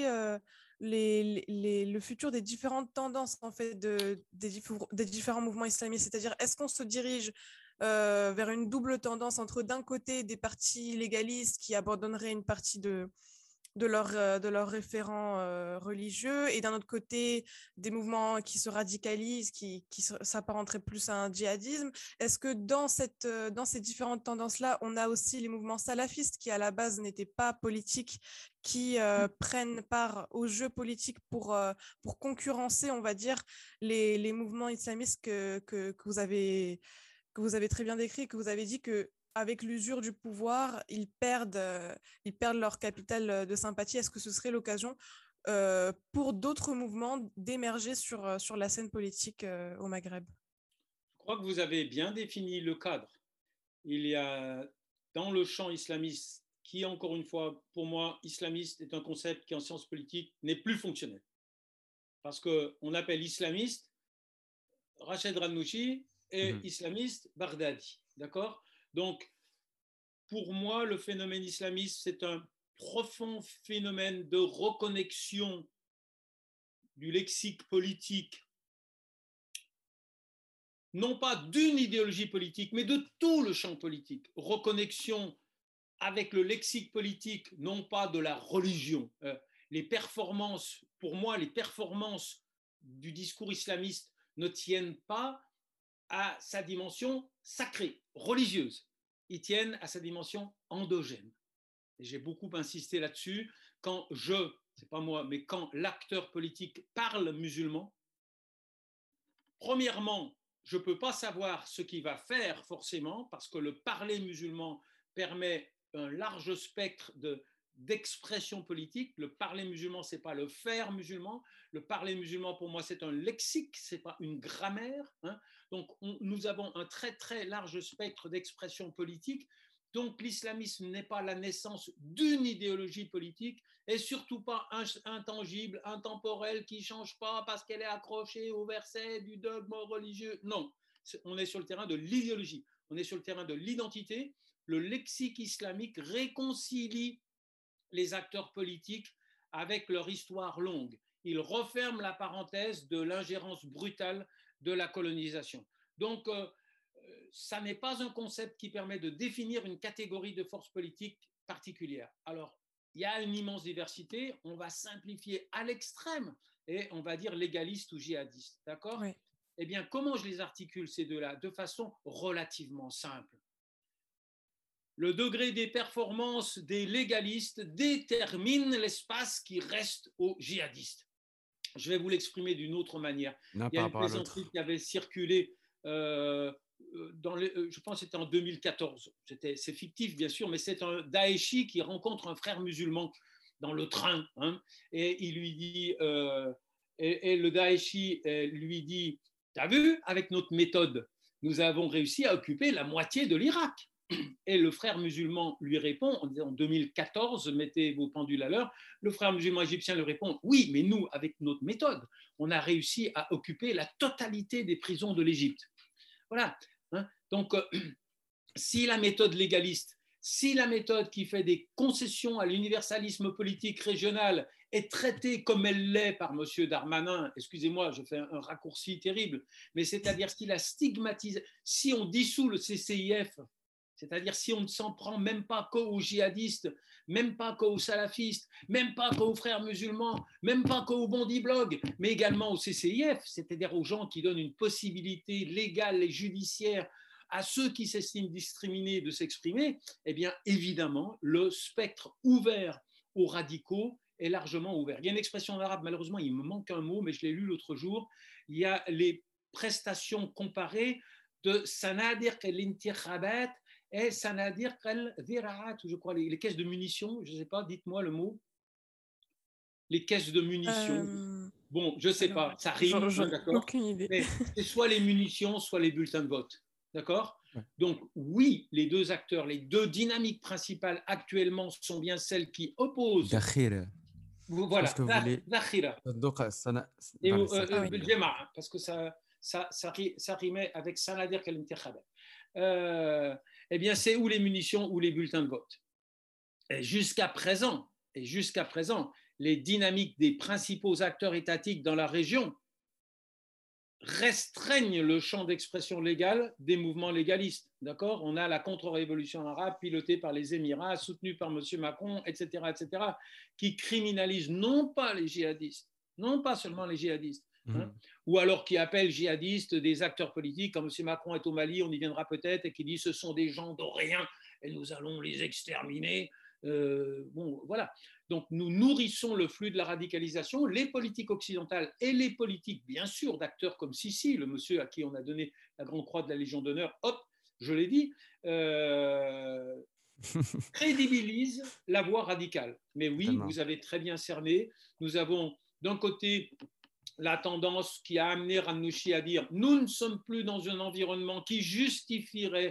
le futur des différentes tendances en fait, des différents mouvements islamistes, c'est-à-dire est-ce qu'on se dirige vers une double tendance entre d'un côté des partis légalistes qui abandonneraient une partie de leurs référents religieux et d'un autre côté des mouvements qui se radicalisent, qui s'apparenteraient plus à un djihadisme. Est-ce que dans ces différentes tendances-là, on a aussi les mouvements salafistes qui à la base n'étaient pas politiques, qui prennent part au jeu politique pour concurrencer, on va dire, les mouvements islamistes que vous avez très bien décrit, que vous avez dit que avec l'usure du pouvoir, ils perdent leur capital de sympathie. Est-ce que ce serait l'occasion pour d'autres mouvements d'émerger sur la scène politique au Maghreb? Je crois que vous avez bien défini le cadre. Il y a dans le champ islamiste, qui, encore une fois, pour moi, islamiste est un concept qui, en sciences politiques, n'est plus fonctionnel. Parce qu'on appelle islamiste Rached Ranouchi et islamiste Baghdadi. D'accord? Donc, pour moi, le phénomène islamiste, c'est un profond phénomène de reconnexion du lexique politique, non pas d'une idéologie politique, mais de tout le champ politique. Reconnexion avec le lexique politique, non pas de la religion. Les performances, pour moi, les performances du discours islamiste ne tiennent pas à sa dimension sacrée, religieuse. Ils tiennent à sa dimension endogène. Et j'ai beaucoup insisté là-dessus. Quand c'est pas moi, mais quand l'acteur politique parle musulman, premièrement, je ne peux pas savoir ce qu'il va faire forcément, parce que le parler musulman permet un large spectre d'expression politique. Le parler musulman, ce n'est pas le faire musulman. Le parler musulman, pour moi, c'est un lexique, ce n'est pas une grammaire. Hein. Donc, nous avons un très, très large spectre d'expression politique. Donc, l'islamisme n'est pas la naissance d'une idéologie politique et surtout pas intangible, intemporelle, qui ne change pas parce qu'elle est accrochée au verset du dogme religieux. Non, on est sur le terrain de l'idéologie, on est sur le terrain de l'identité. Le lexique islamique réconcilie les acteurs politiques avec leur histoire longue. Il referme la parenthèse de l'ingérence brutale de la colonisation. Donc, ça n'est pas un concept qui permet de définir une catégorie de force politique particulière. Alors, il y a une immense diversité, on va simplifier à l'extrême et on va dire légaliste ou djihadiste, d'accord? Oui. Eh bien, comment je les articule ces deux-là? De façon relativement simple. Le degré des performances des légalistes détermine l'espace qui reste aux djihadistes. Je vais vous l'exprimer d'une autre manière. Il y a une plaisanterie qui avait circulé je pense que c'était en 2014. C'est fictif, bien sûr, mais c'est un Daeshi qui rencontre un frère musulman dans le train. Hein, et il lui dit, et le Daeshi lui dit, t'as vu, avec notre méthode, nous avons réussi à occuper la moitié de l'Irak. Et le frère musulman lui répond, en 2014, mettez vos pendules à l'heure, le frère musulman égyptien lui répond, oui, mais nous, avec notre méthode, on a réussi à occuper la totalité des prisons de l'Égypte. Voilà. Hein. Donc, si la méthode légaliste, si la méthode qui fait des concessions à l'universalisme politique régional est traitée comme elle l'est par M. Darmanin, excusez-moi, je fais un raccourci terrible, mais c'est-à-dire si la stigmatise, si on dissout le CCIF, c'est-à-dire si on ne s'en prend même pas qu'aux djihadistes, même pas qu'aux salafistes, même pas qu'aux frères musulmans, même pas qu'aux Bondi Blog, mais également au CCIF, c'est-à-dire aux gens qui donnent une possibilité légale et judiciaire à ceux qui s'estiment discriminés de s'exprimer, eh bien évidemment, le spectre ouvert aux radicaux est largement ouvert. Il y a une expression en arabe, malheureusement, il me manque un mot, mais je l'ai lu l'autre jour, il y a les prestations comparées de Sanadir el-Intikhabat et Sanadir el-Ziraat, je crois, les caisses de munitions, je ne sais pas, dites-moi le mot. Les caisses de munitions. Bon, je ne sais pas, ça rime, d'accord. Aucune idée. Mais c'est soit les munitions, soit les bulletins de vote. D'accord? Donc, oui, les deux acteurs, les deux dynamiques principales actuellement sont bien celles qui opposent. Voilà, Dakhira. Et Jema'a, parce que ça rimait avec Sanadir el-Intikhabat. Eh bien, c'est ou les munitions ou les bulletins de vote. Et jusqu'à présent, les dynamiques des principaux acteurs étatiques dans la région restreignent le champ d'expression légale des mouvements légalistes. D'accord? On a la contre-révolution arabe pilotée par les Émirats, soutenue par M. Macron, etc., qui criminalise non pas les djihadistes, non pas seulement les djihadistes, hein, ou alors qui appelle djihadistes des acteurs politiques, quand M. Macron est au Mali, on y viendra peut-être, et qui dit ce sont des gens de rien et nous allons les exterminer. Bon, voilà. Donc, nous nourrissons le flux de la radicalisation, les politiques occidentales et les politiques, bien sûr, d'acteurs comme Sisi, le monsieur à qui on a donné la Grande Croix de la Légion d'honneur, hop, je l'ai dit, crédibilisent la voie radicale. Mais oui, totalement. Vous avez très bien cerné. Nous avons d'un côté la tendance qui a amené Ranouchi à dire « Nous ne sommes plus dans un environnement qui justifierait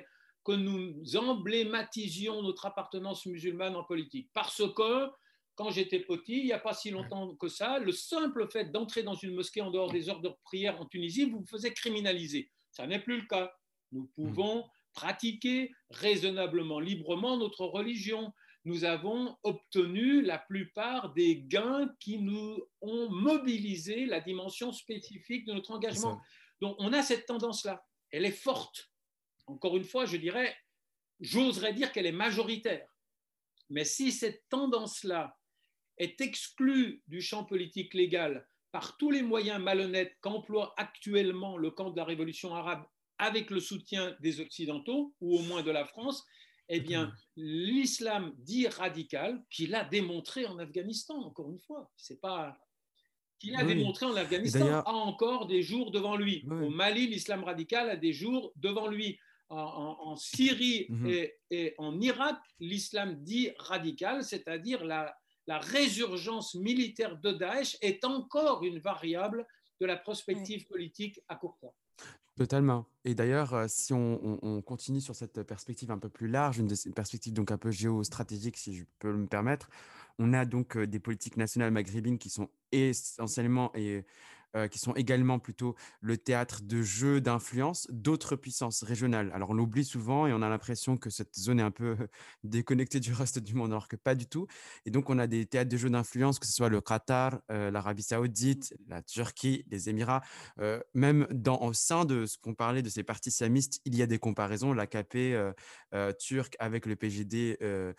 que nous emblématisions notre appartenance musulmane en politique. Parce que, quand j'étais petit, il n'y a pas si longtemps que ça, le simple fait d'entrer dans une mosquée en dehors des heures de prière en Tunisie vous faisait criminaliser. Ça n'est plus le cas. Nous pouvons pratiquer raisonnablement, librement notre religion. Nous avons obtenu la plupart des gains qui nous ont mobilisé la dimension spécifique de notre engagement. Donc, on a cette tendance-là. Elle est forte. Encore une fois, j'oserais dire qu'elle est majoritaire. Mais si cette tendance-là est exclue du champ politique légal par tous les moyens malhonnêtes qu'emploie actuellement le camp de la révolution arabe avec le soutien des Occidentaux, ou au moins de la France, eh bien, l'islam dit radical, qu'il a démontré en Afghanistan, encore une fois, c'est pas... qu'il a démontré en Afghanistan, a encore des jours devant lui. Au Mali, l'islam radical a des jours devant lui. En Syrie et en Irak, l'islam dit radical, c'est-à-dire la résurgence militaire de Daesh est encore une variable de la prospective politique à court terme. Totalement. Et d'ailleurs, si on continue sur cette perspective un peu plus large, une perspective donc un peu géostratégique, si je peux me permettre, on a donc des politiques nationales maghrébines qui sont essentiellement qui sont également plutôt le théâtre de jeux d'influence d'autres puissances régionales. Alors, on l'oublie souvent et on a l'impression que cette zone est un peu déconnectée du reste du monde, alors que pas du tout. Et donc, on a des théâtres de jeux d'influence, que ce soit le Qatar, l'Arabie Saoudite, la Turquie, les Émirats, même au sein de ce qu'on parlait de ces partis islamistes, il y a des comparaisons, l'AKP turc avec le PJD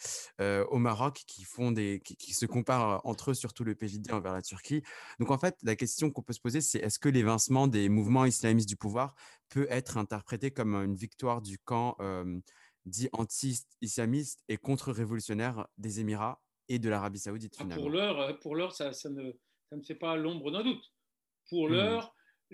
au Maroc qui se comparent entre eux, surtout le PJD envers la Turquie. Donc en fait, la question qu'on peut se poser, c'est est-ce que l'évincement des mouvements islamistes du pouvoir peut être interprété comme une victoire du camp dit anti-islamiste et contre-révolutionnaire des Émirats et de l'Arabie Saoudite finalement? Pour l'heure, ça ne fait pas l'ombre d'un doute. Pour l'heure,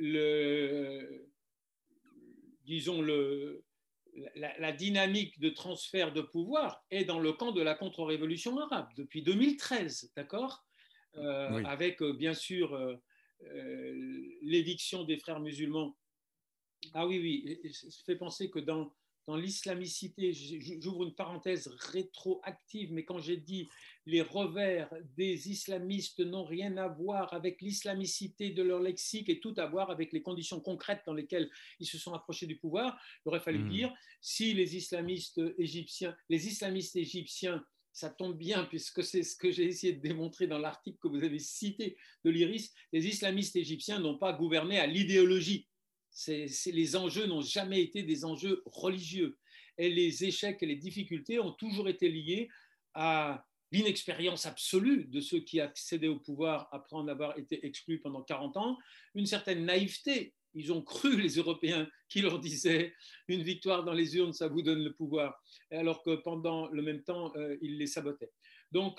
disons, la dynamique de transfert de pouvoir est dans le camp de la contre-révolution arabe depuis 2013, d'accord avec bien sûr l'éviction des frères musulmans. Ah oui, ça fait penser que dans l'islamicité, j'ouvre une parenthèse rétroactive, mais quand j'ai dit les revers des islamistes n'ont rien à voir avec l'islamicité de leur lexique et tout à voir avec les conditions concrètes dans lesquelles ils se sont approchés du pouvoir, il aurait fallu dire si les islamistes égyptiens, ça tombe bien puisque c'est ce que j'ai essayé de démontrer dans l'article que vous avez cité de l'IRIS, les islamistes égyptiens n'ont pas gouverné à l'idéologie. Les enjeux n'ont jamais été des enjeux religieux. Et les échecs et les difficultés ont toujours été liés à l'inexpérience absolue de ceux qui accédaient au pouvoir après en avoir été exclus pendant 40 ans, une certaine naïveté. Ils ont cru, les Européens, qui leur disaient une victoire dans les urnes, ça vous donne le pouvoir, alors que pendant le même temps, ils les sabotaient. Donc,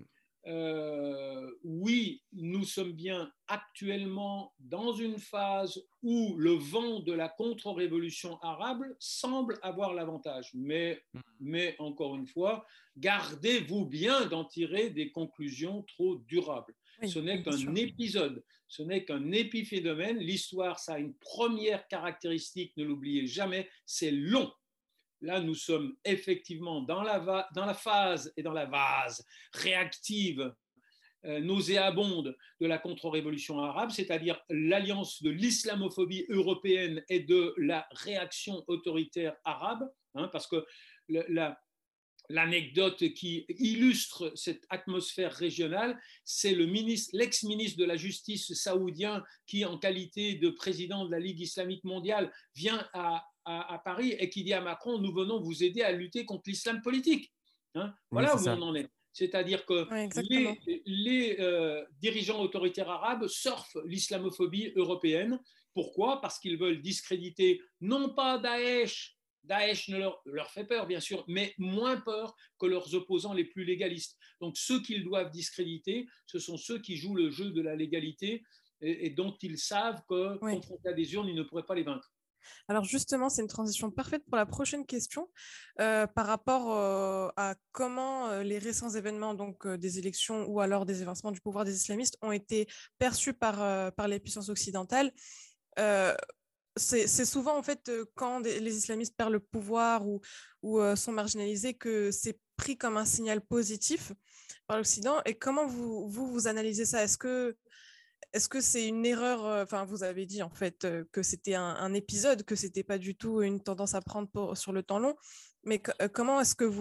oui, nous sommes bien actuellement dans une phase où le vent de la contre-révolution arabe semble avoir l'avantage. Mais encore une fois, gardez-vous bien d'en tirer des conclusions trop durables. Ce n'est qu'un épisode, ce n'est qu'un épiphénomène. L'histoire, ça a une première caractéristique, ne l'oubliez jamais, c'est long. Là, nous sommes effectivement dans la phase et dans la vase réactive, nauséabonde de la contre-révolution arabe, c'est-à-dire l'alliance de l'islamophobie européenne et de la réaction autoritaire arabe, parce que l'anecdote qui illustre cette atmosphère régionale, c'est l'ex-ministre de la Justice saoudien qui, en qualité de président de la Ligue islamique mondiale, vient à Paris et qui dit à Macron, nous venons vous aider à lutter contre l'islam politique. Voilà où on en est. C'est-à-dire que les dirigeants autoritaires arabes surfent l'islamophobie européenne. Pourquoi ? Parce qu'ils veulent discréditer non pas Daesh, Daesh ne leur fait peur, bien sûr, mais moins peur que leurs opposants les plus légalistes. Donc, ceux qu'ils doivent discréditer, ce sont ceux qui jouent le jeu de la légalité et dont ils savent que, confrontés à des urnes, ils ne pourraient pas les vaincre. Alors justement, c'est une transition parfaite pour la prochaine question par rapport à comment les récents événements donc, des élections ou alors des évincements du pouvoir des islamistes ont été perçus par les puissances occidentales. c'est souvent, en fait, quand les islamistes perdent le pouvoir ou sont marginalisés, que c'est pris comme un signal positif par l'Occident. Et comment vous analysez ça? Est-ce que c'est une erreur? Enfin, vous avez dit, en fait, que c'était un épisode, que c'était pas du tout une tendance à prendre sur le temps long. Mais comment est-ce que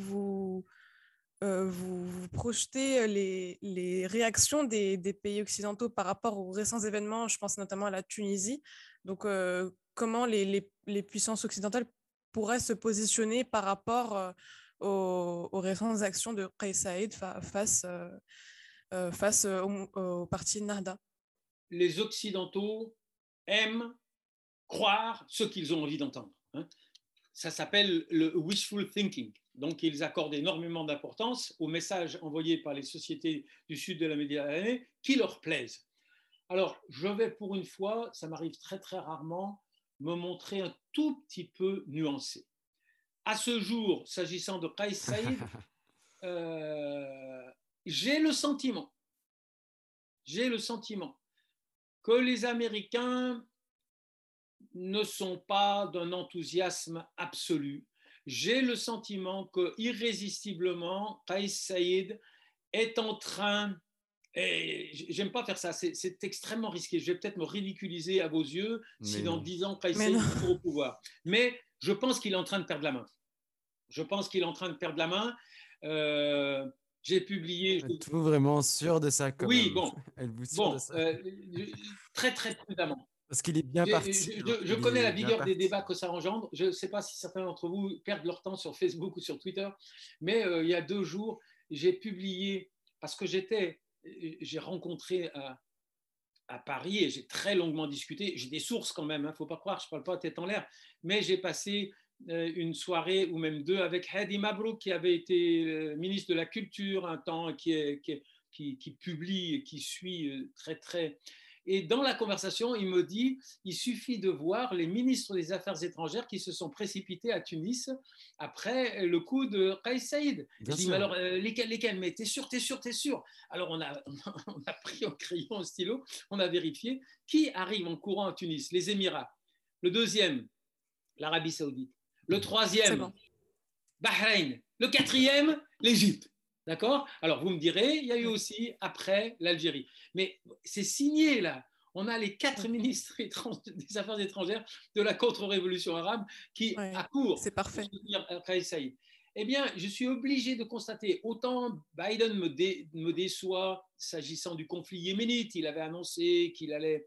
vous projetez les réactions des pays occidentaux par rapport aux récents événements? Je pense notamment à la Tunisie. Donc, comment les puissances occidentales pourraient se positionner par rapport aux récentes actions de Kais Saïd face au parti Nahda? Les Occidentaux aiment croire ce qu'ils ont envie d'entendre, hein. Ça s'appelle le wishful thinking. Donc, ils accordent énormément d'importance aux messages envoyés par les sociétés du sud de la Méditerranée qui leur plaisent. Alors, je vais pour une fois, ça m'arrive très très rarement, me montrer un tout petit peu nuancé. À ce jour, s'agissant de Kais Saïd, j'ai le sentiment que les Américains ne sont pas d'un enthousiasme absolu. J'ai le sentiment que irrésistiblement, Kais Saïd est en train, et j'aime pas faire ça, c'est extrêmement risqué. Je vais peut-être me ridiculiser à vos yeux si Mais dans non. 10 ans, Kais Mais Saïd non. est toujours au pouvoir. Mais je pense qu'il est en train de perdre la main. J'ai publié. Êtes-vous vraiment sûr de ça quand Oui, même? bon, Êtes-vous sûr de bon, ça? très très prudemment. Parce qu'il est bien parti, hein. Je Il connais la est bien vigueur des parti. débats que ça engendre. Je ne sais pas si certains d'entre vous perdent leur temps sur Facebook ou sur Twitter, mais il y a 2 jours, j'ai publié, parce que j'ai rencontré à Paris et j'ai très longuement discuté. J'ai des sources quand même, il ne faut pas croire, je ne parle pas tête en l'air, mais j'ai passé une soirée ou même 2 avec Hadi Mabrouk, qui avait été ministre de la Culture un temps, qui publie et qui suit très, très. Et dans la conversation, il me dit, il suffit de voir les ministres des Affaires étrangères qui se sont précipités à Tunis après le coup de Kais Saïd. Je Bien dis, mais sûr. alors, lesquels? Mais t'es sûr? Alors, on a pris un crayon, un stylo, on a vérifié qui arrive en courant à Tunis. Les Émirats. Le deuxième, l'Arabie Saoudite. Le C'est troisième, bon. Bahreïn. Le quatrième, l'Égypte. D'accord? Alors, vous me direz, il y a eu aussi après l'Algérie. Mais c'est signé là. On a les 4 ministres des Affaires étrangères de la contre-révolution arabe qui Ouais, accourent c'est pour parfait. soutenir Kais Saïd. Eh bien, je suis obligé de constater, autant Biden me déçoit s'agissant du conflit yéménite, il avait annoncé qu'il allait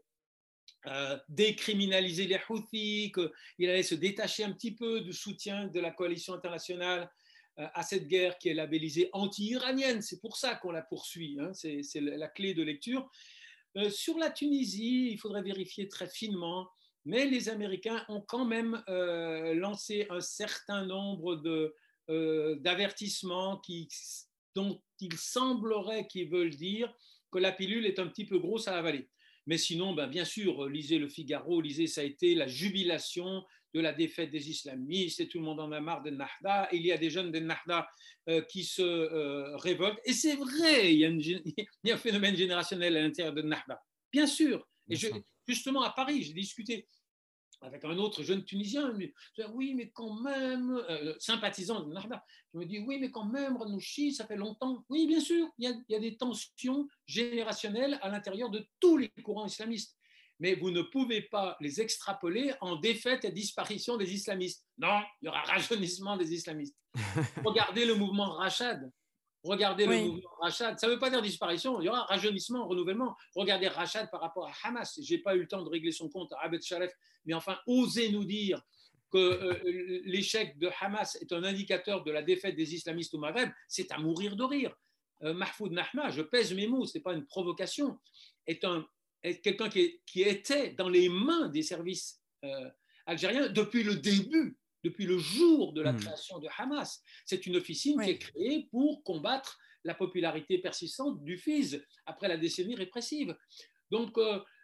décriminaliser les Houthis, qu'il allait se détacher un petit peu du soutien de la coalition internationale à cette guerre qui est labellisée anti-iranienne. C'est pour ça qu'on la poursuit, hein. C'est la clé de lecture. Sur la Tunisie, il faudrait vérifier très finement, mais les Américains ont quand même lancé un certain nombre d'avertissements dont il semblerait qu'ils veulent dire que la pilule est un petit peu grosse à avaler. Mais sinon, ben, bien sûr, lisez Le Figaro, lisez, ça a été la jubilation de la défaite des islamistes et tout le monde en a marre de Nahda. Il y a des jeunes de Nahda qui se révoltent. Et c'est vrai, il y a un phénomène générationnel à l'intérieur de Nahda. Bien sûr. Et Bien sûr. justement, à Paris, j'ai discuté avec un autre jeune Tunisien. Oui, mais quand même, sympathisant de Nahda. Je me dis, oui, mais quand même, Ranouchi, ça fait longtemps. Oui, bien sûr, il y a des tensions générationnelles à l'intérieur de tous les courants islamistes. Mais vous ne pouvez pas les extrapoler en défaite et disparition des islamistes. Non, il y aura rajeunissement des islamistes. Regardez le mouvement Rachad. Regardez le Oui, mouvement Rachad. Ça ne veut pas dire disparition, il y aura rajeunissement, renouvellement. Regardez Rachad par rapport à Hamas. Je n'ai pas eu le temps de régler son compte à Abed Sharef, mais enfin, osez nous dire que l'échec de Hamas est un indicateur de la défaite des islamistes au Maghreb, c'est à mourir de rire. Mahfoud Nahma, je pèse mes mots, ce n'est pas une provocation, est quelqu'un qui était dans les mains des services algériens depuis le début, depuis le jour de la création de Hamas. C'est une officine qui est oui. créée pour combattre la popularité persistante du FIS après la décennie répressive. Donc,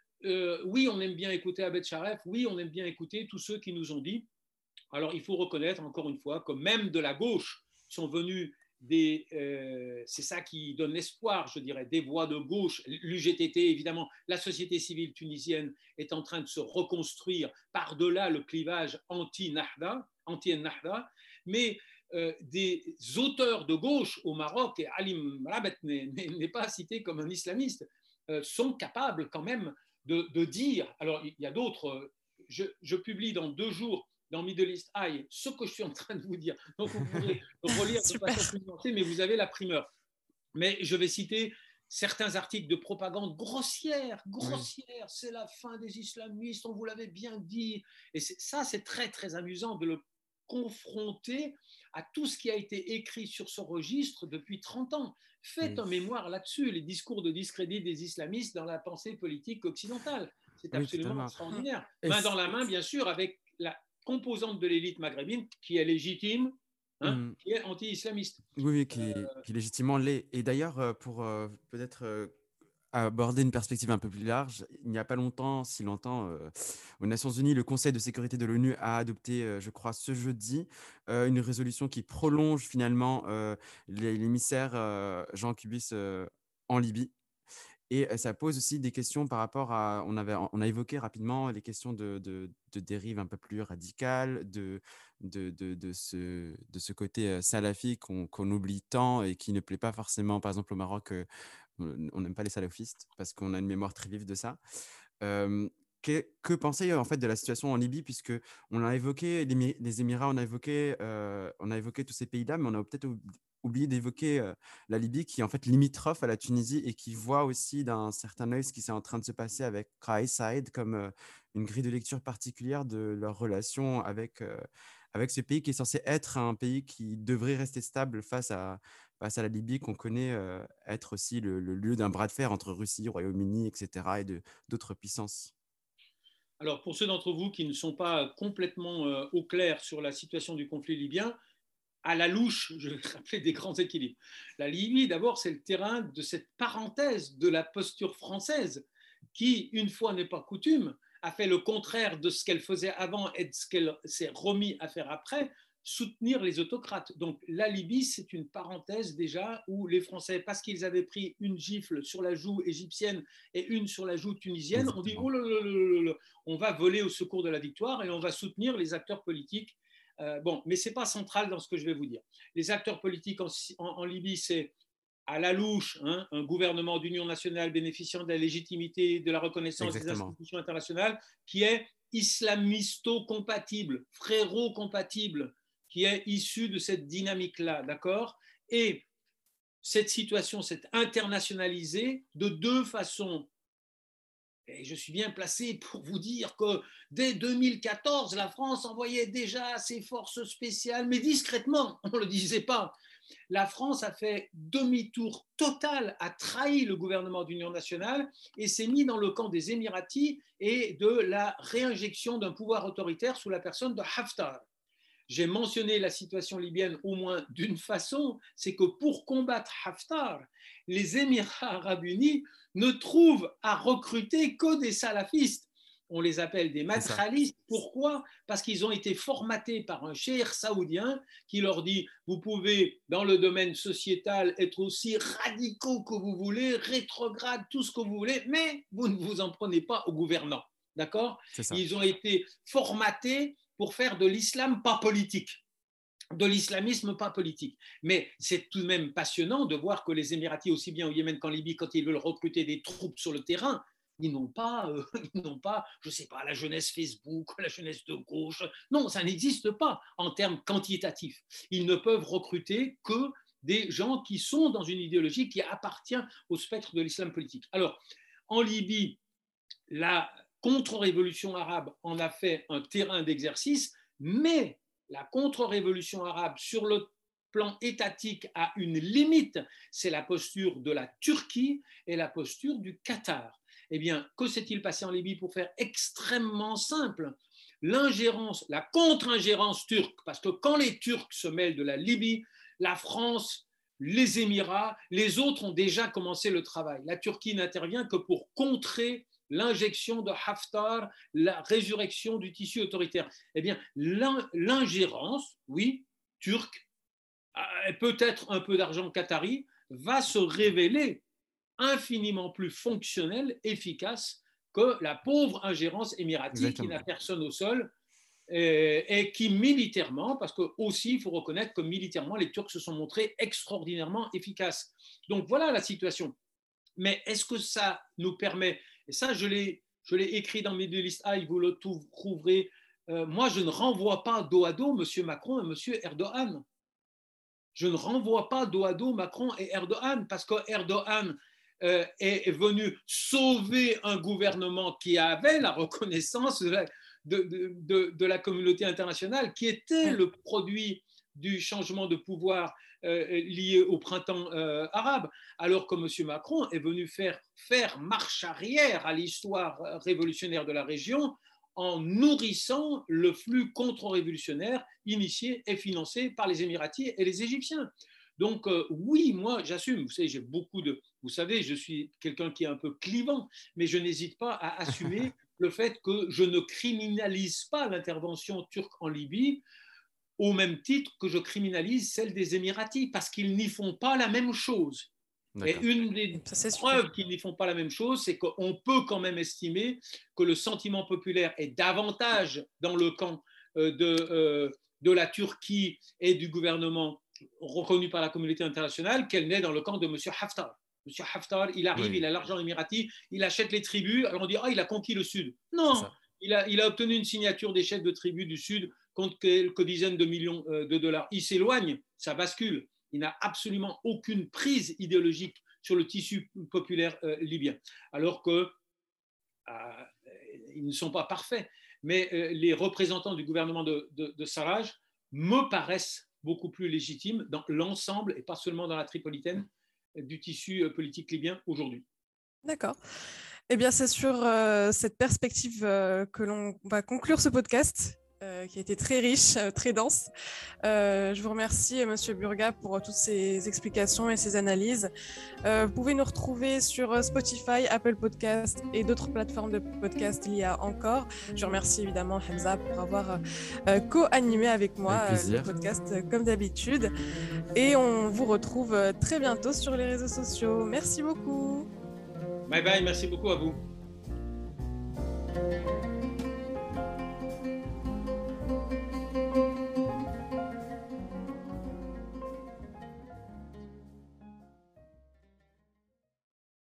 oui, on aime bien écouter Abed Sharef, oui, on aime bien écouter tous ceux qui nous ont dit. Alors, il faut reconnaître, encore une fois, que même de la gauche sont venus c'est ça qui donne l'espoir, je dirais, des voix de gauche. L'UGTT, évidemment, la société civile tunisienne est en train de se reconstruire par-delà le clivage anti-Ennahda, mais des auteurs de gauche au Maroc, et Ali Mrabet n'est pas cité comme un islamiste, sont capables quand même de dire, alors il y a d'autres, je publie dans 2 jours dans Middle East Eye ce que je suis en train de vous dire. Donc vous pourrez relire de façon plus nuancée, mais vous avez la primeur. Mais je vais citer certains articles de propagande grossière, c'est la fin des islamistes, on vous l'avait bien dit. Et ça, c'est très, très amusant de le confronter à tout ce qui a été écrit sur ce registre depuis 30 ans. Faites un mémoire là-dessus, les discours de discrédit des islamistes dans la pensée politique occidentale. C'est absolument extraordinaire. Main dans la main, bien sûr, avec la composante de l'élite maghrébine qui est légitime, qui est anti-islamiste. Oui, qui légitimement l'est. Et d'ailleurs, pour peut-être aborder une perspective un peu plus large, il n'y a pas longtemps, si longtemps, aux Nations Unies, le Conseil de sécurité de l'ONU a adopté, je crois, ce jeudi, une résolution qui prolonge finalement l'émissaire Jean Kubis en Libye. Et ça pose aussi des questions par rapport à, on a évoqué rapidement les questions de dérive un peu plus radicales, de ce côté salafi qu'on oublie tant et qui ne plaît pas forcément, par exemple au Maroc, on n'aime pas les salafistes parce qu'on a une mémoire très vive de ça. Que penser en fait de la situation en Libye, puisque on a évoqué les Émirats, on a évoqué tous ces pays-là, mais on a peut-être oublié d'évoquer la Libye, qui est en fait limitrophe à la Tunisie et qui voit aussi d'un certain œil ce qui s'est en train de se passer avec Kais Saied comme une grille de lecture particulière de leur relation avec ce pays qui est censé être un pays qui devrait rester stable face à la Libye, qu'on connaît être aussi le lieu d'un bras de fer entre Russie, Royaume-Uni, etc., et d'autres puissances. Alors, pour ceux d'entre vous qui ne sont pas complètement au clair sur la situation du conflit libyen, à la louche, je vais rappeler des grands équilibres. La Libye, d'abord, c'est le terrain de cette parenthèse de la posture française qui, une fois n'est pas coutume, a fait le contraire de ce qu'elle faisait avant et de ce qu'elle s'est remis à faire après, soutenir les autocrates. Donc la Libye, c'est une parenthèse déjà où les Français, parce qu'ils avaient pris une gifle sur la joue égyptienne et une sur la joue tunisienne, ont dit oh là là là là, on va voler au secours de la victoire et on va soutenir les acteurs politiques. Bon, mais ce n'est pas central dans ce que je vais vous dire. Les acteurs politiques en Libye, c'est à la louche, un gouvernement d'union nationale bénéficiant de la légitimité, de la reconnaissance des institutions internationales, qui est islamisto-compatible, frérot-compatible, qui est issu de cette dynamique-là, d'accord ? Et cette situation s'est internationalisée de 2 façons. Et je suis bien placé pour vous dire que dès 2014, la France envoyait déjà ses forces spéciales, mais discrètement, on ne le disait pas. La France a fait demi-tour total, a trahi le gouvernement d'union nationale et s'est mis dans le camp des Émiratis et de la réinjection d'un pouvoir autoritaire sous la personne de Haftar. J'ai mentionné la situation libyenne au moins d'une façon, c'est que pour combattre Haftar, les Émirats arabes unis ne trouvent à recruter que des salafistes. On les appelle des madkhalistes. Pourquoi ? Parce qu'ils ont été formatés par un cheikh saoudien qui leur dit « Vous pouvez, dans le domaine sociétal, être aussi radicaux que vous voulez, rétrograde, tout ce que vous voulez, mais vous ne vous en prenez pas aux gouvernants. » D'accord ? Ils ont été formatés pour faire de l'islam pas politique, de l'islamisme pas politique. Mais c'est tout de même passionnant de voir que les Émiratis, aussi bien au Yémen qu'en Libye, quand ils veulent recruter des troupes sur le terrain, ils n'ont pas, je ne sais pas, la jeunesse Facebook, la jeunesse de gauche. Non, ça n'existe pas en termes quantitatifs. Ils ne peuvent recruter que des gens qui sont dans une idéologie qui appartient au spectre de l'islam politique. Alors, en Libye, la contre-révolution arabe en a fait un terrain d'exercice, mais la contre-révolution arabe sur le plan étatique a une limite, c'est la posture de la Turquie et la posture du Qatar. Eh bien, que s'est-il passé en Libye pour faire extrêmement simple ? L'ingérence, la contre-ingérence turque, parce que quand les Turcs se mêlent de la Libye, la France, les Émirats, les autres ont déjà commencé le travail. La Turquie n'intervient que pour contrer l'injection de Haftar, la résurrection du tissu autoritaire. Eh bien, l'ingérence, oui, turque, peut-être un peu d'argent qatari, va se révéler infiniment plus fonctionnel, efficace que la pauvre ingérence émiratie qui n'a personne au sol et qui militairement, parce que aussi il faut reconnaître que militairement les Turcs se sont montrés extraordinairement efficaces. Donc voilà la situation. Mais est-ce que ça nous permet, et ça je l'ai écrit dans Middle East Eye, vous le trouverez, moi je ne renvoie pas dos à dos M. Macron et M. Erdogan. Je ne renvoie pas dos à dos Macron et Erdogan, parce que Erdogan est venu sauver un gouvernement qui avait la reconnaissance de la communauté internationale, qui était le produit du changement de pouvoir lié au printemps arabe, alors que M. Macron est venu faire marche arrière à l'histoire révolutionnaire de la région en nourrissant le flux contre-révolutionnaire initié et financé par les Émiratis et les Égyptiens. Donc oui, moi j'assume, vous savez, vous savez, je suis quelqu'un qui est un peu clivant, mais je n'hésite pas à assumer le fait que je ne criminalise pas l'intervention turque en Libye au même titre que je criminalise celle des Émiratis, parce qu'ils n'y font pas la même chose. Et une des preuves qu'ils n'y font pas la même chose, c'est qu'on peut quand même estimer que le sentiment populaire est davantage dans le camp de la Turquie et du gouvernement reconnu par la communauté internationale qu'elle n'est dans le camp de M. Haftar. M. Haftar, il arrive, il a l'argent émirati, il achète les tribus, alors on dit « Ah, il a conquis le Sud ». Non, il a obtenu une signature des chefs de tribus du Sud contre quelques dizaines de millions de dollars. Il s'éloigne, ça bascule. Il n'a absolument aucune prise idéologique sur le tissu populaire libyen. Alors qu'ils ne sont pas parfaits. Mais les représentants du gouvernement de Sarraj me paraissent beaucoup plus légitimes dans l'ensemble, et pas seulement dans la tripolitaine, du tissu politique libyen aujourd'hui. D'accord. Eh bien, c'est sur cette perspective que l'on va conclure ce podcast. Qui a été très riche, très dense. Je vous remercie, Monsieur Burga, pour toutes ces explications et ces analyses. Vous pouvez nous retrouver sur Spotify, Apple Podcasts et d'autres plateformes de podcasts il y a encore. Je remercie évidemment Hamza pour avoir co-animé avec moi le podcast comme d'habitude. Et on vous retrouve très bientôt sur les réseaux sociaux. Merci beaucoup. Bye bye, merci beaucoup à vous.